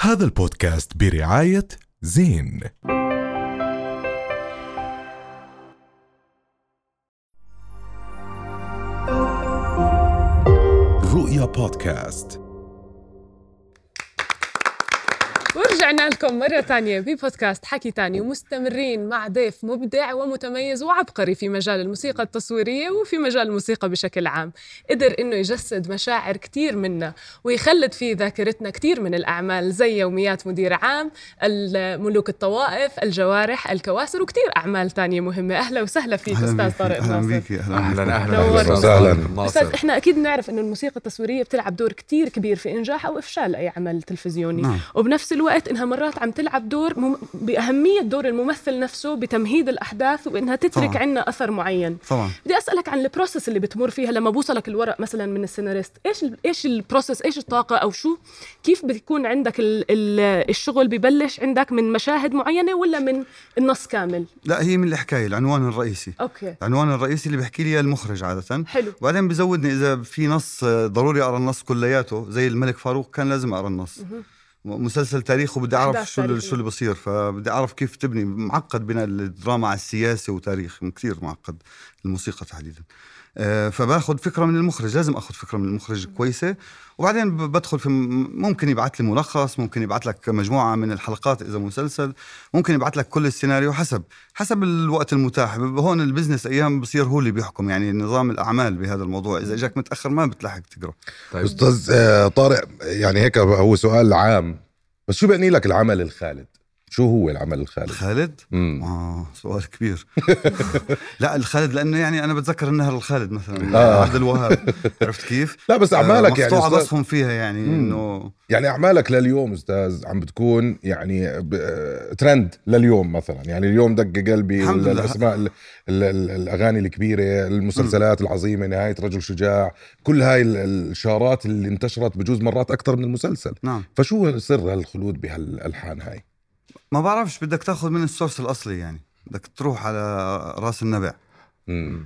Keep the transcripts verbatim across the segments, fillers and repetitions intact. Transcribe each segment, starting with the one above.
هذا البودكاست برعاية زين. رؤيا بودكاست. ورجعنا لكم مرة تانية ببودكاست حكي تاني، ومستمرين مع ضيف مبدع ومتميز وعبقري في مجال الموسيقى التصويرية وفي مجال الموسيقى بشكل عام. قدر إنه يجسد مشاعر كتير منا ويخلد في ذاكرتنا كتير من الأعمال زي يوميات مدير عام، ملوك الطوائف، الجوارح، الكواسر، وكتير أعمال تانية مهمة. أهلا وسهلا فيك أستاذ طارق ناصر. أهلا بيكي. أهلا أهلا أهلا وسهلا. أستاذ، إحنا أكيد نعرف إنه الموسيقى التصويرية بتلعب دور كتير كبير في إنجاح أو إفشال أي عمل تلفزيوني. نعم. وبنفس الوقت إنها مرات عم تلعب دور مم... بأهمية دور الممثل نفسه بتمهيد الأحداث وإنها تترك عنا أثر معين. طبعا. بدي أسألك عن البروسيس اللي بتمر فيها لما بوصلك الورق مثلا من السيناريست. إيش ال... إيش البروسيس، إيش الطاقة، أو شو كيف بيكون عندك ال... ال... الشغل ببلش عندك من مشاهد معينة ولا من النص كامل؟ لا، هي من الحكاية العنوان الرئيسي. أوكي. العنوان الرئيسي اللي بيحكي لي المخرج عادة. حلو. وبعدين بزودني إذا في نص ضروري أقرأ النص كلياته، زي الملك فاروق كان لازم أقرأ النص. م- مسلسل تاريخ وبدي أعرف شو اللي شو اللي بصير، فبدي أعرف كيف تبني. معقد بين الدراما على السياسة وتاريخ، كتير معقد الموسيقى تحديدا. أه فباخد فكرة من المخرج، لازم أخذ فكرة من المخرج كويسة، وبعدين بدخل في ممكن يبعث لي ملخص، ممكن يبعث لك مجموعة من الحلقات إذا مسلسل، ممكن يبعث لك كل السيناريو حسب حسب الوقت المتاح. هون البزنس أيام بصير هو اللي بيحكم، يعني نظام الأعمال بهذا الموضوع. إذا جاك متأخر ما بتلحق تقرأ. طيب أستاذ طارق، يعني هيك هو سؤال عام، بس شو بعني لك العمل الخالد؟ شو هو العمل الخالد؟ الخالد؟ مم. آه سؤال كبير. لا الخالد لأنه يعني أنا بتذكر النهر الخالد مثلا آه. عبد الوهاب. عرفت كيف؟ لا بس أعمالك يعني مقطوعة بصهم فيها يعني إنه يعني أعمالك لليوم أستاذ عم بتكون يعني ترند لليوم مثلا، يعني اليوم دق قلبي ولا الأسماء ال ال ال الأغاني الكبيرة، المسلسلات م. العظيمة، نهاية رجل شجاع، كل هاي الشارات اللي انتشرت بجوز مرات أكتر من المسلسل. نعم. فشو سر هالخلود بهالألحان هاي؟ ما بعرفش، بدك تاخذ من السورس الأصلي، يعني بدك تروح على راس النبع. مم.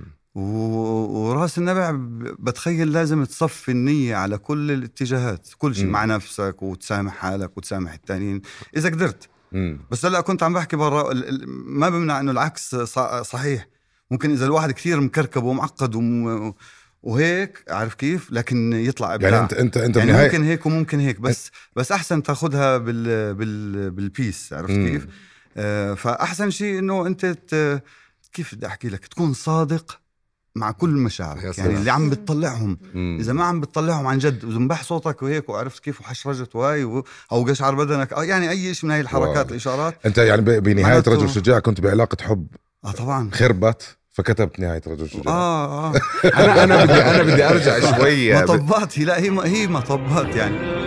وراس النبع بتخيل لازم تصفي النية على كل الاتجاهات، كل شيء مع نفسك، وتسامح حالك وتسامح التانيين إذا قدرت. مم. بس هلا كنت عم بحكي برا، ما بمنع إنه العكس صحيح. ممكن إذا الواحد كثير مكركب ومعقد وم... وهيك عارف كيف، لكن يطلع إبداع. يعني انت انت انت يعني بنهاية... ممكن هيك وممكن هيك، بس بس احسن تاخذها بال بال بالبيس، عرفت مم. كيف؟ آه فاحسن شيء انه انت ت... كيف بدي احكي لك، تكون صادق مع كل مشاعرك، يعني اللي عم بتطلعهم. مم. اذا ما عم بتطلعهم عن جد وزنبح صوتك وهيك وعرفت كيف وحشرجت وهاي و... او قشعر بدنك، يعني اي شيء من هاي الحركات واو. الاشارات. انت يعني بنهاية رجل شجاع كنت بعلاقة حب اه طبعا خربت، فكتبت نهاية رجل شجاع. اه اه انا انا بدي انا بدي ارجع شوي. مطبات هي، لا هي هي مطبات يعني.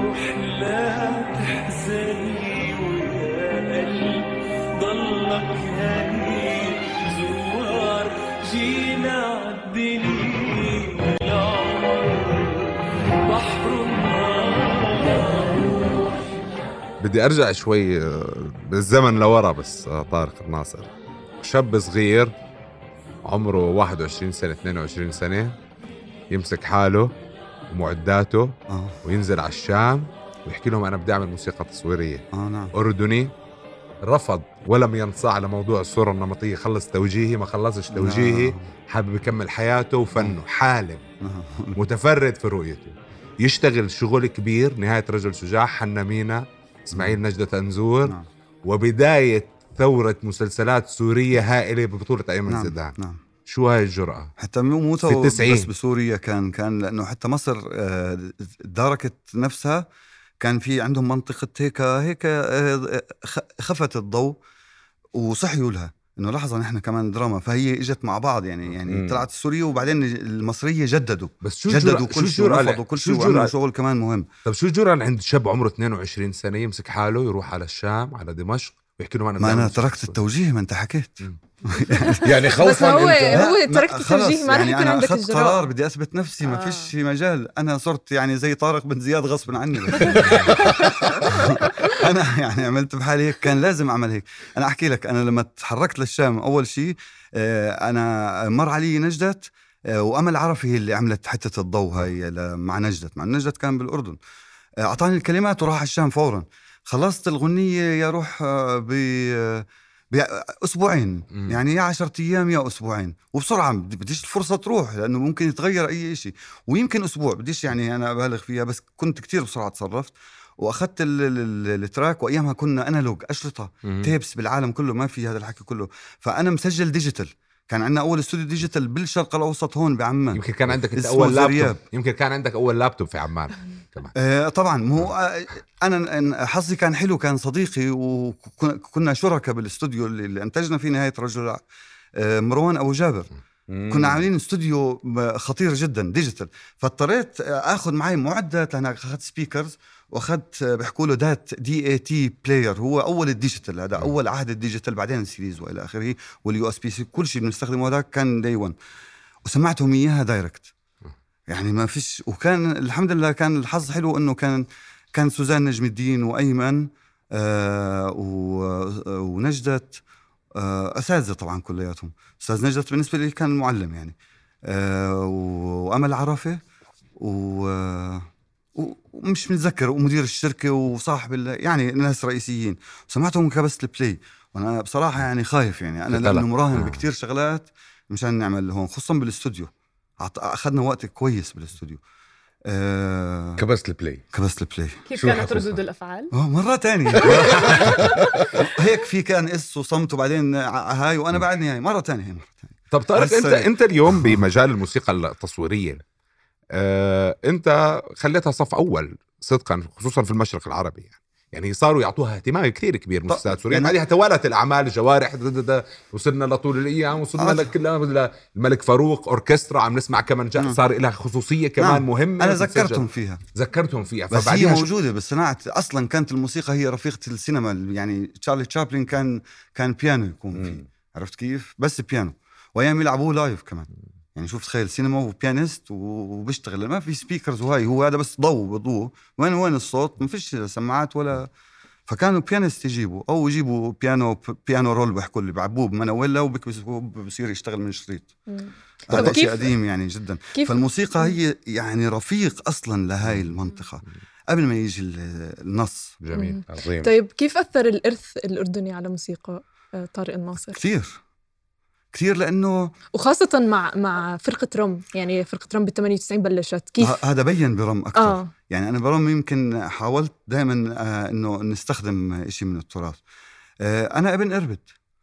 بدي أرجع شوي بالزمن لورا بس. طارق ناصر شاب صغير عمره واحد وعشرين سنة اثنين وعشرين سنة، يمسك حاله ومعداته آه. وينزل على الشام ويحكي لهم أنا بدي أعمل موسيقى تصويرية. آه نعم. أردني، رفض ولم ينصاع على موضوع الصورة النمطية. خلص توجيهي، ما خلصش توجيهي. نعم. حابب يكمل حياته وفنه. حالم. نعم. متفرد في رؤيته، يشتغل شغل كبير. نهاية رجل شجاع، حنا مينا، اسماعيل نجدة أنزور. نعم. وبداية ثورة مسلسلات سورية هائلة ببطولة أيمن نعم. زيدان. نعم. شو هاي الجرأة؟ حتى مو مو في التسعين بس بسوريا كان كان لأنه حتى مصر داركت نفسها. كان في عندهم منطقة هيك هيك خفت الضوء وصحيوا لها إنه لحظة نحن كمان دراما، فهي إجت مع بعض يعني يعني مم. طلعت السورية وبعدين المصرية جددوا. بس شو جددوا كل شيء ورفضوا كل شيء وعملوا شغل كمان مهم. طب شو جرأة عند شاب عمره اثنين وعشرين سنة يمسك حاله يروح على الشام على دمشق ويحكي له أنا ما أنا تركت التوجيه، ما أنت حكيت. يعني خوفا هو انت هو تركت التوجيه، ما يعني رح يكون عندك أخذت الجرأة. قرار بدي أثبت نفسي، ما فيش آه. مجال. أنا صرت يعني زي طارق بن زياد غصب عني. أنا يعني عملت بحالي هيك، كان لازم أعمل هيك. أنا أحكي لك، أنا لما تحركت للشام أول شيء أنا مر علي نجدت وأمل عرفي هي اللي عملت حتة الضوء هاي مع نجدت. مع نجدت كان بالأردن. اعطاني الكلمات وراح على الشام فورا. خلصت الغنية يا روح ب بأسبوعين، يعني يا عشرة أيام يا أسبوعين، وبسرعة بديش الفرصة تروح لأنه ممكن يتغير أي شيء، ويمكن أسبوع بديش يعني أنا أبالغ فيها، بس كنت كتير بسرعة تصرفت وأخذت التراك. وأيامها كنا أنالوج أشرطة تيبس بالعالم كله، ما في هذا الحكي كله. فأنا مسجل ديجيتال، كان عندنا أول استوديو ديجيتال بالشرق الأوسط هون بعمان. يمكن كان عندك انت أول لابتوب، يمكن كان عندك أول لابتوب في عمان كمان. آه طبعا، مو آه أنا حظي كان حلو، كان صديقي وكنا شركاء بالاستوديو اللي أنتجنا في نهاية رجل، آه مروان أبو جابر. كنا عاملين استوديو خطير جدا ديجيتال، فاضطريت اخذ معي معدات هناك. اخذت سبيكرز واخذت بيحكوا له دات دي اي تي بلاير، هو اول الديجيتال، هذا اول عهد الديجيتال، بعدين السيريز والى اخره، واليو اس بي سي، كل شيء بنستخدمه هذاك كان داي ون. وسمعتهم اياها دايركت، يعني ما فيش. وكان الحمد لله كان الحظ حلو انه كان كان سوزان نجم الدين وايمن آه ونجدت آه أساتذة طبعا كلياتهم. أستاذ نجدت بالنسبة لي كان المعلم يعني، آه وأمل عرفة و... ومش متذكر، ومدير الشركة وصاحب ال... يعني ناس رئيسيين. سمعتهم كبست البلاي، وأنا بصراحة يعني خايف، يعني أنا لأنه مراهن بكتير شغلات مشان نعمل هون، خصوصا بالاستوديو. أخذنا وقت كويس بالاستوديو. آه كبست البلاي كبست البلاي كيف كانت ردود الأفعال؟ مرة تانية هيك في كان إس وصمت، وبعدين هاي وأنا بعدني هاي مرة تانية هاي مرة تانية. طب طارق، أنت أنت اليوم بمجال الموسيقى التصويرية، آه أنت خليتها صف أول صدقا، خصوصا في المشرق العربي يعني. يعني صاروا يعطوها اهتمام كثير كبير مسلسلات سورية، يعني بعدها توالت الأعمال، الجوارح، وصلنا لطول الأيام، وصلنا آه. لكل الملك فاروق أوركسترا، عم نسمع كمان جاء صار لها خصوصية كمان نعم. مهمة. أنا ذكرتهم فيها ذكرتهم فيها بس هي موجودة بالصناعة. أصلا كانت الموسيقى هي رفيقة السينما، يعني تشارلي تشابلين كان كان بيانو يكون فيه، عرفت كيف؟ بس بيانو، وأيام يلعبوه لايف كمان. يعني شوف تخيل سينما وبيانيست وبيشتغل، ما في سبيكرز وهاي، هو هذا بس ضوء بضوء، وين وين الصوت، ما فيش سماعات ولا. فكانوا بيانيست يجيبوا او يجيبوا بيانو بيانو رول بيحكوا اللي بعبوه بمناويلا وبكبسوه بصير يشتغل من الشريط. هذا شيء قديم يعني جدا. كيف؟ فالموسيقى هي يعني رفيق اصلا لهاي المنطقه قبل ما يجي النص. جميل عظيم. طيب كيف اثر الارث الاردني على موسيقى طارق الناصر؟ كثير كثير، لأنه وخاصة مع مع فرقة رم، يعني فرقة رم بالثمانية وتسعين بلشت. كيف هذا بين برم أكثر؟ آه. يعني أنا برم يمكن حاولت دائما آه إنه نستخدم إشي من التراث. آه أنا ابن إربد،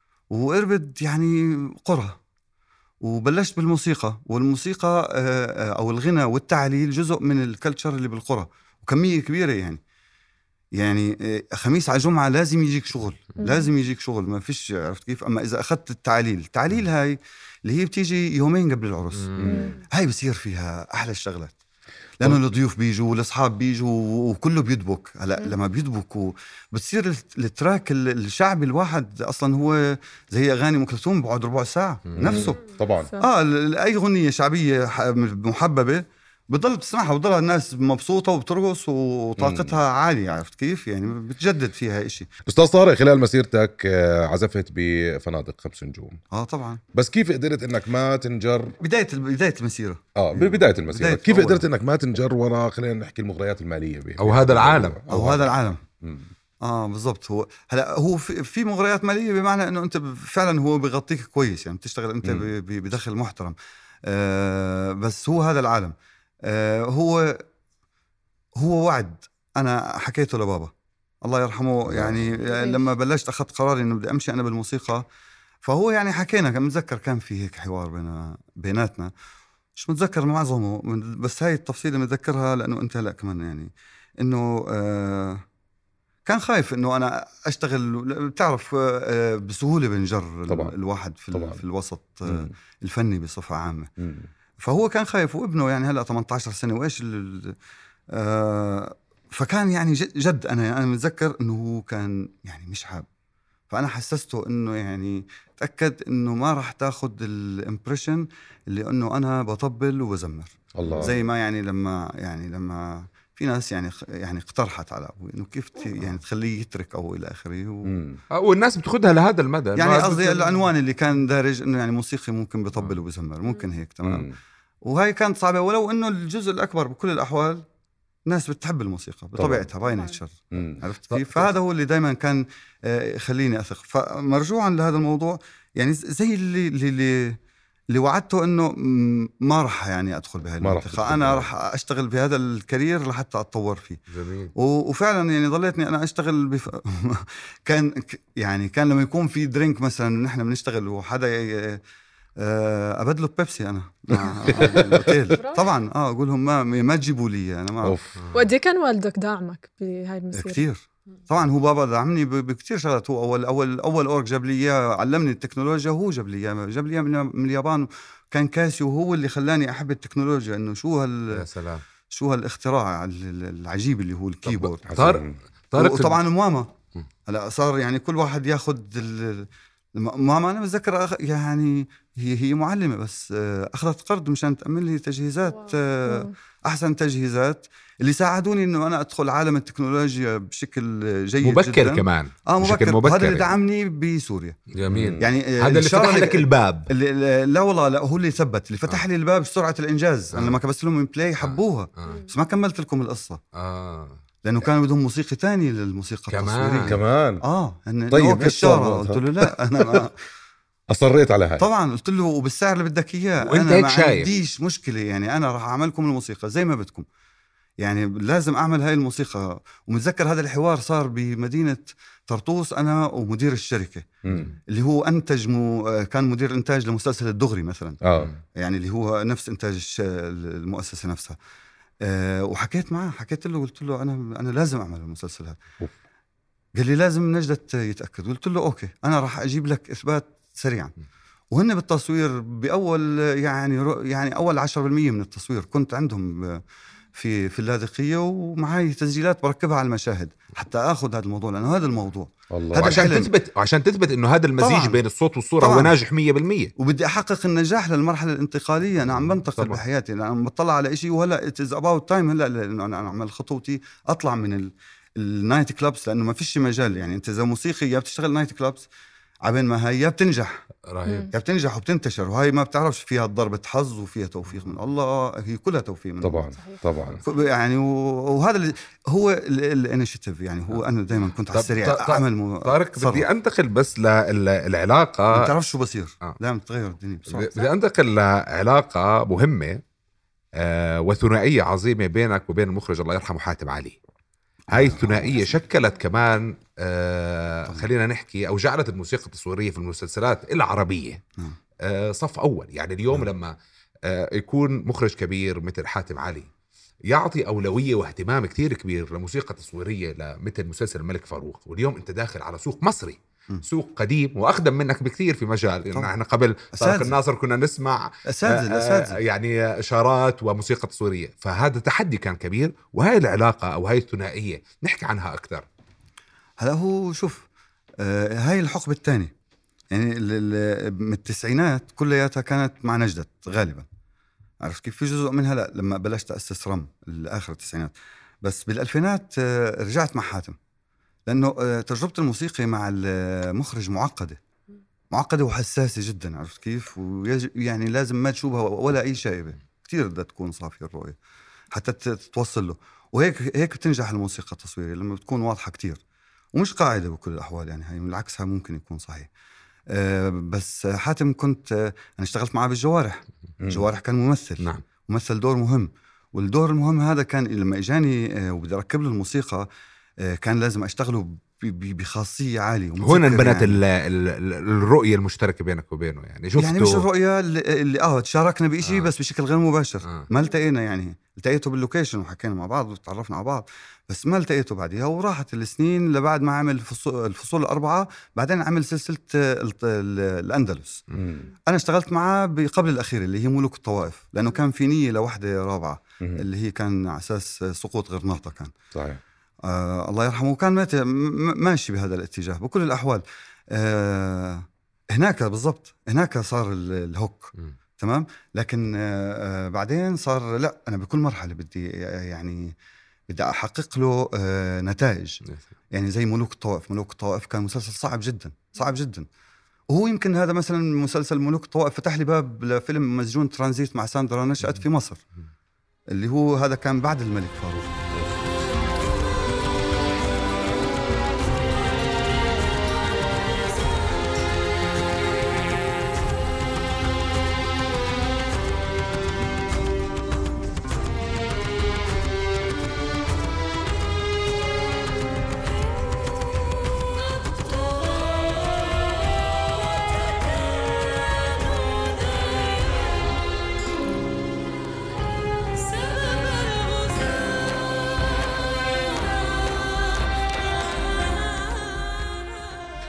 وإربد يعني قرى، وبلشت بالموسيقى، والموسيقى آه أو الغنى والتعليل جزء من الكلتشر اللي بالقرى، وكمية كبيرة يعني. يعني خميس على جمعة لازم يجيك شغل، لازم يجيك شغل، ما فيش، عرفت كيف؟ أما إذا أخذت التعليل التعليل هاي اللي هي بتيجي يومين قبل العرس، مم. هاي بصير فيها أحلى الشغلات، لأنه الضيوف بيجوا والأصحاب بيجوا وكله بيدبك. هلا لما بيدبكوا بتصير التراك الشعبي الواحد أصلا هو زي أغاني أم كلثوم بعد ربع ساعة مم. نفسه طبعا. آه أي غنية شعبية محببة بتضل تسمعها وبتضل الناس مبسوطة وبترقص وطاقتها مم. عالية، عرفت كيف؟ يعني بتجدد فيها إشي. أستاذ طارق، خلال مسيرتك عزفت بفنادق خمس نجوم. آه طبعا. بس كيف قدرت إنك ما تنجر بداية بداية المسيرة؟ آه ببداية المسيرة بداية كيف قدرت إنك ما تنجر ورا، خلينا نحكي، المغريات المالية بيه. أو هذا العالم أو, أو هذا العالم مم. آه بالضبط. هو هلا هو في, في مغريات مالية بمعنى إنه أنت فعلا هو بيغطيك كويس، يعني بتشتغل أنت بدخل محترم، آه بس هو هذا العالم. آه هو هو وعد أنا حكيته لبابا الله يرحمه، يعني لما بلشت أخذت قراري إنه بدي أمشي أنا بالموسيقى، فهو يعني حكينا، كان متذكر كان في هيك حوار بين بيناتنا، مش متذكر معظمه بس هاي التفصيلة متذكرها لأنه أنت لا كمان، يعني إنه آه كان خايف إنه أنا أشتغل، بتعرف آه بسهولة بنجر طبعا. الواحد في, طبعا. في الوسط آه الفني بصفة عامة. مم. فهو كان خايف، وابنه يعني هلا ثمانية عشر سنة وإيش آه فكان يعني جد أنا أنا متذكر إنه هو كان يعني مش حاب، فأنا حسسته إنه يعني تأكد إنه ما راح تاخد الإمبريشن اللي إنه أنا بطبل وبزمر الله. زي ما يعني لما يعني لما في ناس يعني يعني اقترحت على أبوي إنه كيف يعني تخليه يترك أو إلى آخره و... والناس بتاخدها لهذا المدى، يعني قصدي العنوان اللي كان دارج إنه يعني موسيقي ممكن بطبل وبزمر، ممكن هيك تمام. وهاي كانت صعبة، ولو إنه الجزء الأكبر بكل الأحوال الناس بتحب الموسيقى بطبيعتها باي نيتشر، عرفت كيف؟ فهذا هو اللي دائما كان يخليني اثق. فمرجوعا لهذا الموضوع يعني زي اللي اللي اللي وعدته انه ما راح يعني ادخل بهاي المنطقه، انا راح اشتغل بهذا الكارير لحتى اتطور فيه. جميل. وفعلا يعني ضليتني انا اشتغل بف... كان يعني كان لما يكون في درينك مثلا نحن بنشتغل وحدا ي... ابدله بيبسي انا مع الاوتيل طبعا اه اقول لهم ما ما تجيبوا لي انا ما. ودي كان والدك دعمك بهاي المسيره؟ كثير طبعا، هو بابا دعمني بكثير شغلات. هو اول اول اول اورك جاب لي اياه، علمني التكنولوجيا، هو جاب لي اياه جاب لي من اليابان، كان كاسيو، وهو اللي خلاني احب التكنولوجيا، انه شو هال يا سلام شو هالاختراع العجيب اللي هو الكيبورد. طارق طارق وطبعا ماما هلا صار يعني كل واحد ياخذ ال... ماما انا بتذكر أخ... يعني هي هي معلمه بس اخذت قرض مشان تعمل لي تجهيزات، واو. احسن تجهيزات اللي ساعدوني انه انا ادخل عالم التكنولوجيا بشكل جيد مبكر جدا. كمان اه مبكر, مبكر. هذا اللي دعمني بسوريا. جميل. يعني هذا اللي فتح لك الباب. اللي لا والله لا، هو اللي ثبت، اللي فتح آه. لي الباب سرعه الانجاز. آه. انا لما كبست لهم من بلاي حبوها. آه. بس ما كملت لكم القصه اه لانه كان بدهم موسيقى تانية للموسيقى كمان. التصويريه كمان اه طيب الشارع. قلت له لا انا ما اصريت على هاي طبعا، قلت له وبالسعر اللي بدك اياه، انا ما عنديش مشكله، يعني انا راح اعملكم الموسيقى زي ما بدكم، يعني لازم اعمل هاي الموسيقى. ومتذكر هذا الحوار صار بمدينه طرطوس انا ومدير الشركه م. اللي هو انتج مو كان مدير انتاج لمسلسل الدغري مثلا آه. يعني اللي هو نفس انتاج المؤسسه نفسها. أه وحكيت معه، حكيت له قلت له انا انا لازم اعمل المسلسل هذا. قال لي لازم نجدة يتاكد. قلت له اوكي انا راح اجيب لك اثبات سريعا. وهن بالتصوير باول يعني يعني اول عشرة بالمية من التصوير كنت عندهم في في اللاذقيه، ومعي تسجيلات بركبها على المشاهد حتى اخذ هذا الموضوع، لانه هذا الموضوع هذا عشان تثبت عشان تثبت انه هذا المزيج طبعاً. بين الصوت والصوره طبعاً. هو ناجح مية بالمية. وبدي احقق النجاح للمرحله الانتقاليه. انا عم بنتقل طبعاً. بحياتي انا عم بطلع على شيء، وهلا اتز اباوت تايم هلا انه انا اعمل خطوتي اطلع من النايت كلابس، لانه ما فيش مجال. يعني انت اذا موسيقي يا بتشتغل نايت كلابس عبين ما هي يا بتنجح رهيب، يا بتنجح وبتنتشر، وهي ما بتعرفش فيها ضربة حظ وفيها توفيق من الله، هي كلها توفيق من طبعا الله. طبعا يعني وهذا اللي هو الانيشيتيف، يعني هو انا دائما كنت على السريع اعمل م... طارق بدي انتقل بس للعلاقه، ما بتعرفش شو بصير آه. دائما تتغير الدنيا بسرعه. بدي انتقل لعلاقه مهمه آه وثنائيه عظيمه بينك وبين المخرج الله يرحمه حاتم علي. هاي الثنائية شكلت كمان آه خلينا نحكي أو جعلت الموسيقى التصويرية في المسلسلات العربية آه صف أول. يعني اليوم لما آه يكون مخرج كبير مثل حاتم علي يعطي أولوية واهتمام كتير كبير لموسيقى تصويرية لمثل مسلسل الملك فاروق، واليوم أنت داخل على سوق مصري، سوق قديم وأقدم منك بكثير في مجال. يعني احنا قبل طارق الناصر كنا نسمع أساتذة أساتذة يعني إشارات وموسيقى تصويرية، فهذا تحدي كان كبير. وهي العلاقة أو هاي الثنائية نحكي عنها أكثر. هلا هو شوف آه هاي الحقبة الثانية يعني من التسعينات كلياتها كانت مع نجدة غالبا، عرفت كيف؟ في جزء منها لا لما بلشت أسس رم الآخر التسعينات، بس بالألفينات آه رجعت مع حاتم، لأنه تجربة الموسيقى مع المخرج معقدة معقدة وحساسة جدا، عرفت كيف؟ ويعني لازم ما تشوبها ولا أي شائبة، كتير بدها تكون صافية الرؤية حتى تتوصل له. وهيك هيك بتنجح الموسيقى التصويرية لما بتكون واضحة كتير، ومش قاعدة بكل الأحوال، يعني هاي بالعكس ممكن يكون صحيح. أه بس حاتم كنت أه أنا اشتغلت معه بالجوارح. الجوارح كان ممثل نعم. ممثل دور مهم، والدور المهم هذا كان لما إجاني أه وبدي أركب له الموسيقى كان لازم أشتغله بخاصية عالية. هنا انبنت يعني الرؤية المشتركة بينك وبينه، يعني شفته يعني مش الرؤية اللي, اللي آه تشاركنا بإشي آه. بس بشكل غير مباشر آه. ما التقينا، يعني التقيته باللوكيشن وحكينا مع بعض وتعرفنا على بعض، بس ما التقيته بعدها. وراحت السنين لبعد ما عمل الفصول الأربعة، بعدين عمل سلسلة الأندلس. م. أنا اشتغلت معاه قبل الأخير اللي هي ملوك الطوائف، لأنه كان في نية لوحدة رابعة م. اللي هي كان على أساس سقوط غرناطة كان صحيح. آه الله يرحمه، كان ماشي بهذا الاتجاه بكل الأحوال. آه هناك بالضبط هناك صار الهوك م. تمام، لكن آه بعدين صار لا أنا بكل مرحلة بدي يعني بدي أحقق له آه نتائج. يعني زي ملوك الطوائف. ملوك الطوائف كان مسلسل صعب جدا صعب جدا، وهو يمكن هذا مثلا مسلسل ملوك الطوائف فتح لي باب لفيلم مسجون ترانزيت مع ساندرا نشأت في مصر، اللي هو هذا كان بعد الملك فاروق.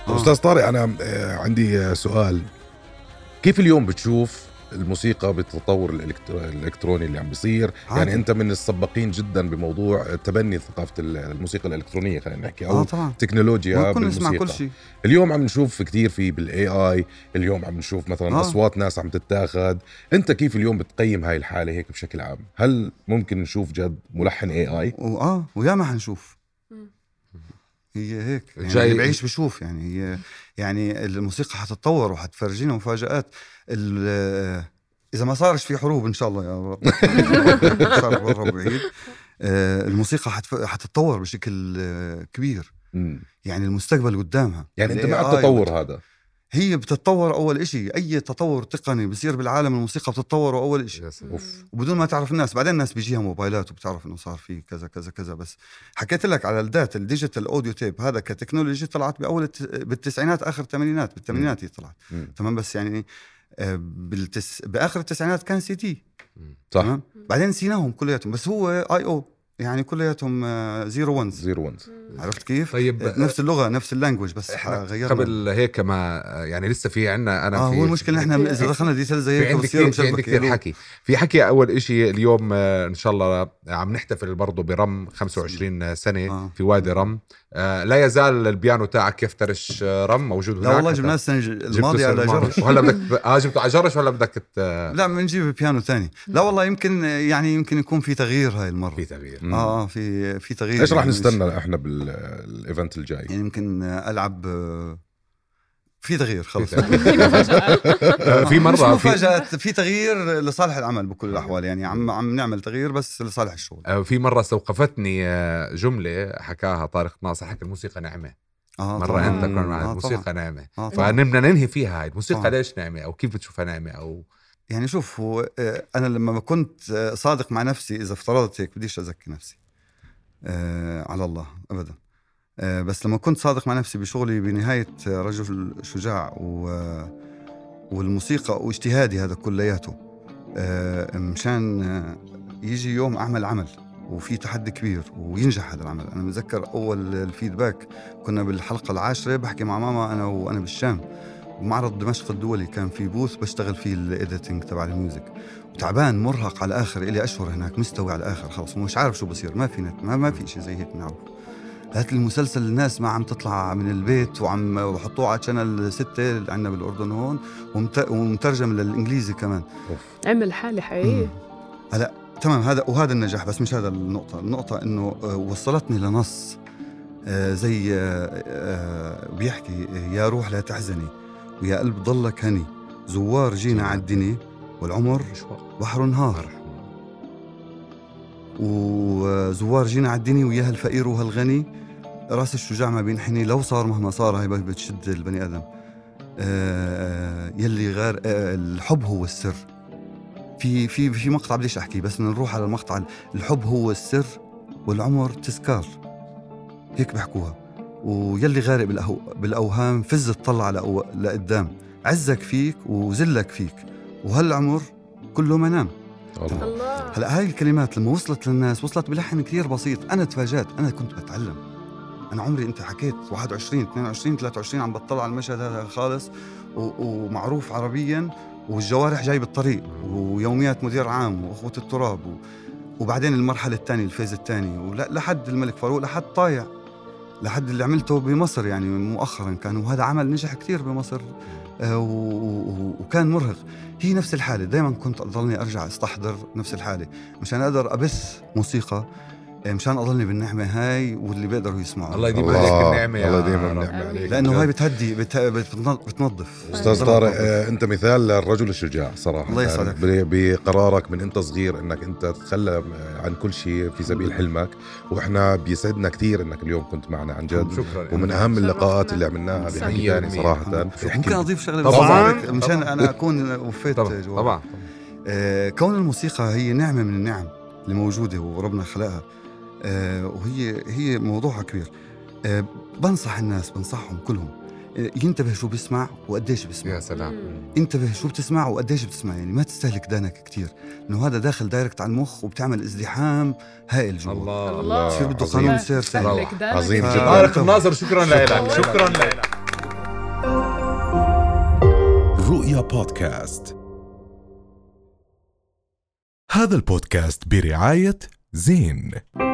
أستاذ طارق، أنا عندي سؤال. كيف اليوم بتشوف الموسيقى بالتطور الإلكتروني اللي عم بيصير؟ يعني أنت من السباقين جدا بموضوع تبني ثقافة الموسيقى الإلكترونية، خلينا نحكي، أو آه تكنولوجيا بالموسيقى. كل شيء. اليوم عم نشوف كتير في بالاي اي، اليوم عم نشوف مثلا آه. أصوات ناس عم تتاخد. أنت كيف اليوم بتقيم هاي الحالة هيك بشكل عام؟ هل ممكن نشوف جد ملحن اي اي؟ آه ويا ما حنشوف. هي هيك يعني اللي بعيش بشوف. يعني هي يعني الموسيقى حتتطور وحتفرجينا مفاجآت. إذا ما صارش في حروب إن شاء الله يا رب صار برا بعيد، الموسيقى حتتطور بشكل كبير. يعني المستقبل قدامها. يعني أنت مع التطور هذا؟ هي بتتطور. أول إشي أي تطور تقني بصير بالعالم الموسيقى بتتطور أول إشي، وبدون ما تعرف الناس. بعدين الناس بيجيها موبايلات وبتعرف إنه صار فيه كذا كذا كذا. بس حكيت لك على الدات الديجيتال أوديو تيب، هذا كتكنولوجي طلعت بأول بالتسعينات آخر الثمانينات بالثمانينات هي طلعت. تمام. بس يعني بالتس... بآخر التسعينات كان سي دي. صح. تمام. بعدين نسيناهم كلياتهم، بس هو آي أو يعني كلياتهم زيرو ونز زيرو ونز. عرفت كيف؟ طيب نفس اللغة نفس اللانجوج، بس غيرنا قبل هيك ما يعني لسه في عنا أنا آه في هو المشكلة إحنا إذا دخلنا ديتيل زي هيك بصير في عندك كثير حكي. في حكي أول إشي اليوم إن شاء الله عم نحتفل برضو برم خمسة وعشرين سنة آه. في وادي رم. آه لا يزال البيانو تاعك يفترش رم موجود هناك. لا والله جبناه السنة الماضية على جرش. وهلا بدك آه جبته على جرش ولا بدك ت... لا بنجيب بيانو تاني. لا والله يمكن يعني يمكن يكون في تغيير هاي المرة. في تغيير. آه في في تغيير. إيش راح نستنى إحنا بالايفنت الجاي؟ يعني يمكن ألعب في تغيير خلص. في مرة مفاجأة في تغيير لصالح العمل بكل الأحوال. يعني عم عم نعمل تغيير بس لصالح الشغل. في مرة استوقفتني جملة حكاها طارق ناصر، حكى الموسيقى نعمة. آه مرة طبعاً. أنت كان معنا آه الموسيقى طبعاً. نعمة. آه فنبنا ننهي فيها هاي الموسيقى. طبعاً. ليش نعمة أو كيف بتشوفها نعمة؟ أو يعني شوف هو أنا لما كنت صادق مع نفسي، إذا افترضت هيك بديش أزكي نفسي آه على الله أبداً. بس لما كنت صادق مع نفسي بشغلي بنهاية رجل شجاع والموسيقى واجتهادي هذا كلياته، مشان يجي يوم أعمل عمل وفي تحدي كبير وينجح هذا العمل. أنا متذكر أول الفيدباك كنا بالحلقة العاشرة بحكي مع ماما أنا وأنا بالشام ومعرض دمشق الدولي، كان في بوث بشتغل فيه الإيديتنج تبع الميوزك، وتعبان مرهق على الآخر. إلي أشهر هناك مستوي على الآخر خلص مش عارف شو بصير. ما في نت ما, ما في شيء زي هيك نعرف. هات المسلسل الناس ما عم تطلع من البيت وعم وحطوه على شانل ستة اللي عندنا بالأردن هون ومترجم للإنجليزي كمان. عمل حالة حقيقية. هلا تمام هذا وهذا النجاح. بس مش هذا النقطة. النقطة إنه وصلتني لنص زي بيحكي يا روح لا تحزني ويا قلب ضلك هني، زوار جينا عدني والعمر بحر نهار، وزوار جينا عدني وياها الفقير وهالغني، راس الشجاع ما بينحني لو صار مهما صار. هاي بتشد البني آدم. آه يلي غير آه الحب هو السر. في في في مقطع بديش أحكي بس نروح على المقطع. الحب هو السر والعمر تذكار، هيك بحكوها. ويلي غارق بالأوهام فز تطلع لقدام، عزك فيك وزلك فيك وهالعمر كله منام. الله. هلا هاي الكلمات لما وصلت للناس وصلت بلحن كتير بسيط. أنا تفاجأت. أنا كنت بتعلم. أنا عمري أنت حكيت واحد وعشرين اثنين وعشرين ثلاثة وعشرين عم بطلع على المشهد هذا خالص ومعروف عربيا والجوارح جاي بالطريق ويوميات مدير عام وأخوة التراب و... وبعدين المرحلة الثانية الفيز الثاني ولحد الملك فاروق لحد طايع لحد اللي عملته بمصر يعني مؤخرا كان. وهذا عمل نجح كتير بمصر آه و... و... وكان مرهق. هي نفس الحالة. دايما كنت أضلني أرجع استحضر نفس الحالة مشان أقدر أبث موسيقى مشان أضلني بالنعمة هاي واللي بيقدروا يسمعوا. الله يديم عليك النعمة. الله يديم النعمة عليك. لأنه هاي بتهدي بت... بتنظف. أستاذ طارق أنت مثال للرجل الشجاع صراحة. الله يسعدك. بقرارك من أنت صغير أنك أنت تتخلى عن كل شيء في سبيل حلمك، وإحنا بيسعدنا كتير أنك اليوم كنت معنا عن جد. شكرا. ومن أهم اللقاءات اللي عملناها بحكي تاني صراحة. ممكن أضيف شغلة طبعا مشان أنا أكون وفيت طبعا, طبعا. آه كون الموسيقى هي نعمة من النعم اللي موجودة وربنا خلقها. آه وهي هي موضوعها كبير. آه بنصح الناس بنصحهم كلهم آه ينتبه شو بيسمع وقديش بيسمع. يا سلام. انتبه شو بتسمع وقديش بتسمع. يعني ما تستهلك دانك كتير انه هذا داخل دايركت على المخ وبتعمل ازدحام هائل جوا. الله الله. شو بده قانون سير عظيم جدا. طارق الناصر شكرا لك. شكرا لك. الرؤيا بودكاست. هذا البودكاست برعاية زين.